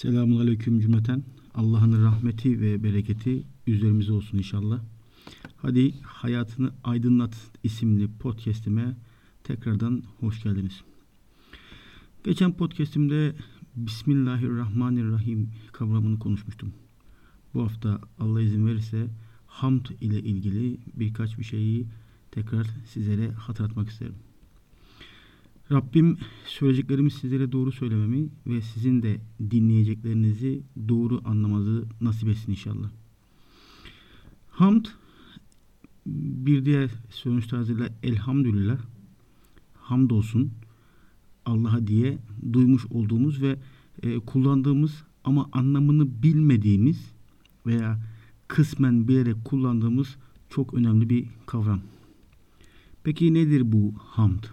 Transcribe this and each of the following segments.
Selamünaleyküm cümleten. Allah'ın rahmeti ve bereketi üzerimize olsun inşallah. Hadi Hayatını Aydınlat isimli podcast'ime tekrardan hoş geldiniz. Geçen podcast'imde Bismillahirrahmanirrahim kavramını konuşmuştum. Bu hafta Allah izin verirse hamd ile ilgili birkaç bir şeyi tekrar sizlere hatırlatmak isterim. Rabbim söyleyeceklerimi sizlere doğru söylememi ve sizin de dinleyeceklerinizi doğru anlamanızı nasip etsin inşallah. Hamd, bir diğer sonuç tarzıyla elhamdülillah, hamdolsun Allah'a diye duymuş olduğumuz ve kullandığımız ama anlamını bilmediğimiz veya kısmen bilerek kullandığımız çok önemli bir kavram. Peki nedir bu hamd?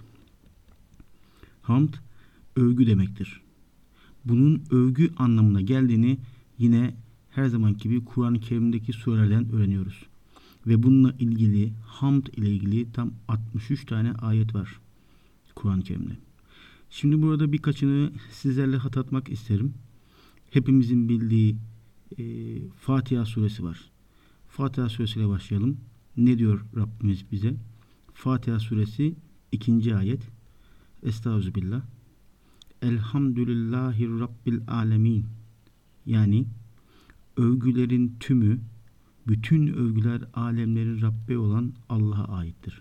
Hamd, övgü demektir. Bunun övgü anlamına geldiğini yine her zamanki gibi Kur'an-ı Kerim'deki surelerden öğreniyoruz. Ve bununla ilgili, hamd ile ilgili tam 63 tane ayet var Kur'an-ı Kerim'de. Şimdi burada birkaçını sizlerle hatırlatmak isterim. Hepimizin bildiği Fatiha suresi var. Fatiha suresiyle başlayalım. Ne diyor Rabbimiz bize? Fatiha suresi 2. ayet. Estağfirullah. Elhamdülillahi Rabbil alemin. Yani övgülerin tümü, bütün övgüler alemlerin Rabbi olan Allah'a aittir.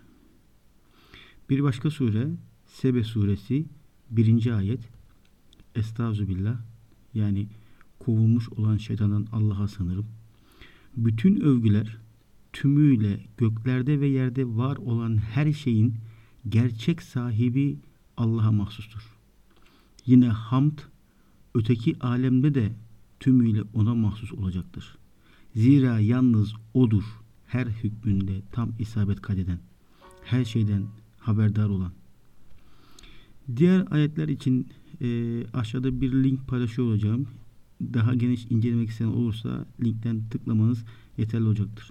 Bir başka sure Sebe suresi 1. ayet. Estağfirullah. Yani kovulmuş olan şeytandan Allah'a sığınırım. Bütün övgüler tümüyle göklerde ve yerde var olan her şeyin gerçek sahibi Allah'a mahsustur. Yine hamd öteki alemde de tümüyle ona mahsus olacaktır. Zira yalnız O'dur her hükmünde tam isabet kaydeden, her şeyden haberdar olan. Diğer ayetler için aşağıda bir link paylaşıyor olacağım. Daha geniş incelemek isteyen olursa linkten tıklamanız yeterli olacaktır.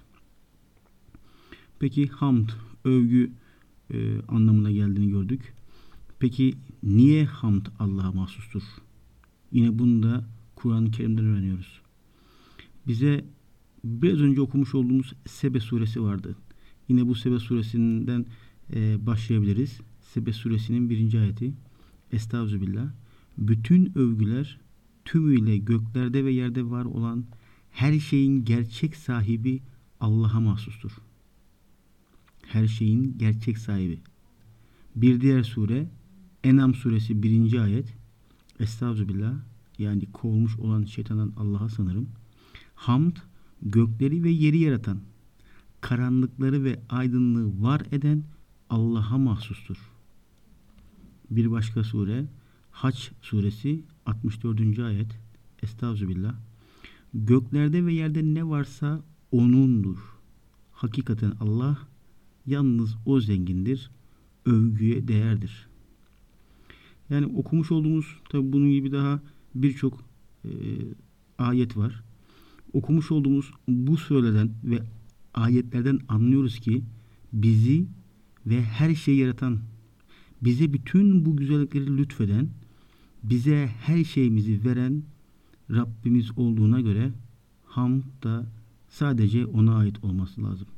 Peki hamd, övgü anlamına geldiğini gördük. Peki niye hamd Allah'a mahsustur? Yine bunu da Kur'an-ı Kerim'den öğreniyoruz. Bize biraz önce okumuş olduğumuz Sebe suresi vardı. Yine bu Sebe suresinden başlayabiliriz. Sebe suresinin 1. ayeti. Estağfirullah. Bütün övgüler tümüyle göklerde ve yerde var olan her şeyin gerçek sahibi Allah'a mahsustur. Her şeyin gerçek sahibi. Bir diğer sure En'am suresi 1. ayet. Estağfirullah. Yani kovulmuş olan şeytandan Allah'a sığınırım. Hamd, gökleri ve yeri yaratan, karanlıkları ve aydınlığı var eden Allah'a mahsustur. Bir başka sure Haç suresi 64. ayet. Estağfirullah. Göklerde ve yerde ne varsa O'nundur. Hakikaten Allah yalnız O zengindir, övgüye değerdir. Yani okumuş olduğumuz tabi bunun gibi daha birçok ayet var. Okumuş olduğumuz bu sureden ve ayetlerden anlıyoruz ki bizi ve her şeyi yaratan, bize bütün bu güzellikleri lütfeden, bize her şeyimizi veren Rabbimiz olduğuna göre hamd da sadece O'na ait olması lazım.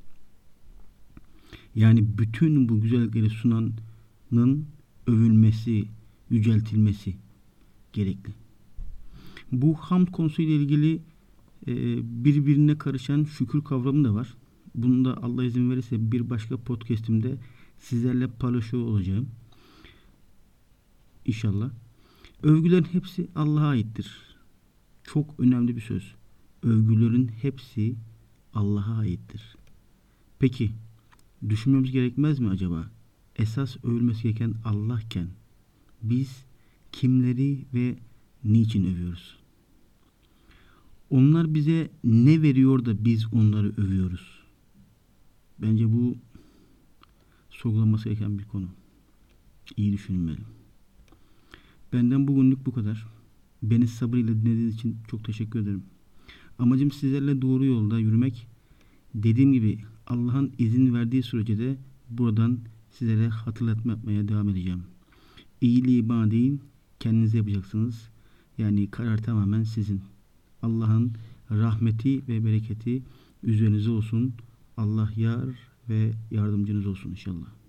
Yani bütün bu güzellikleri sunanın övülmesi, yüceltilmesi gerekli. Bu hamd konusuyla ilgili birbirine karışan şükür kavramı da var. Bunu da Allah izin verirse bir başka podcastimde sizlerle paylaşıyor olacağım. İnşallah. Övgülerin hepsi Allah'a aittir. Çok önemli bir söz. Övgülerin hepsi Allah'a aittir. Peki düşünmemiz gerekmez mi acaba? Esas övülmesi gereken Allah'ken biz kimleri ve niçin övüyoruz? Onlar bize ne veriyor da biz onları övüyoruz? Bence bu sorgulanması gereken bir konu. İyi düşünülmeli. Benden bugünlük bu kadar. Beni sabırıyla dinlediğiniz için çok teşekkür ederim. Amacım sizlerle doğru yolda yürümek. Dediğim gibi Allah'ın izin verdiği sürece de buradan sizlere hatırlatma yapmaya devam edeceğim. İyiliği bana değil, kendinize yapacaksınız. Yani karar tamamen sizin. Allah'ın rahmeti ve bereketi üzerinize olsun. Allah yar ve yardımcınız olsun inşallah.